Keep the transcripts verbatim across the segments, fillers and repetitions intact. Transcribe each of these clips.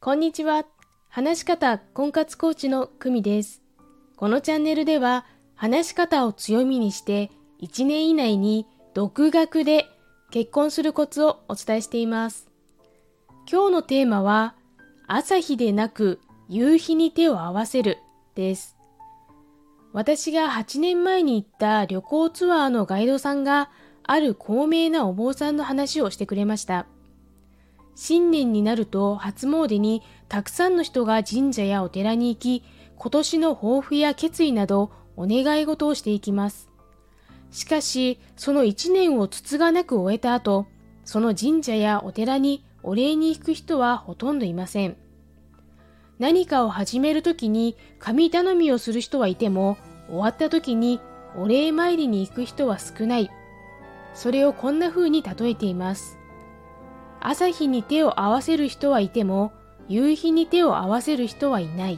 こんにちは。話し方婚活コーチの久美です。このチャンネルでは話し方を強みにしていちねん以内に独学で結婚するコツをお伝えしています。今日のテーマは朝日でなく夕日に手を合わせるです。私がはちねんまえに行った旅行ツアーのガイドさんがある高名なお坊さんの話をしてくれました。新年になると初詣にたくさんの人が神社やお寺に行き、今年の抱負や決意などお願い事をしていきます。しかし、その一年をつつがなく終えた後、その神社やお寺にお礼に行く人はほとんどいません。何かを始めるときに神頼みをする人はいても、終わったときにお礼参りに行く人は少ない。それをこんな風に例えています。朝日に手を合わせる人はいても、夕日に手を合わせる人はいない。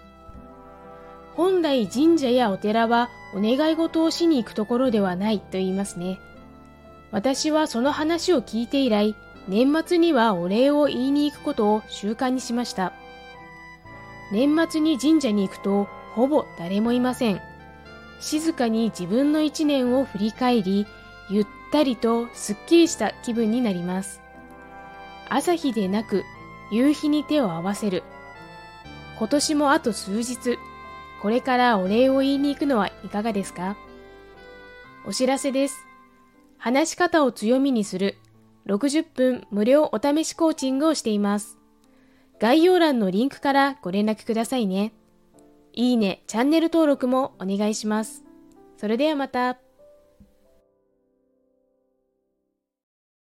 本来神社やお寺はお願い事をしに行くところではないと言いますね。私はその話を聞いて以来、年末にはお礼を言いに行くことを習慣にしました。年末に神社に行くとほぼ誰もいません。静かに自分の一年を振り返り、ゆったりとすっきりした気分になります。朝日でなく夕日に手を合わせる。今年もあと数日、これからお礼を言いに行くのはいかがですか？お知らせです。話し方を強みにするろくじゅっぷん無料お試しコーチングをしています。概要欄のリンクからご連絡くださいね。いいね、チャンネル登録もお願いします。それではまた。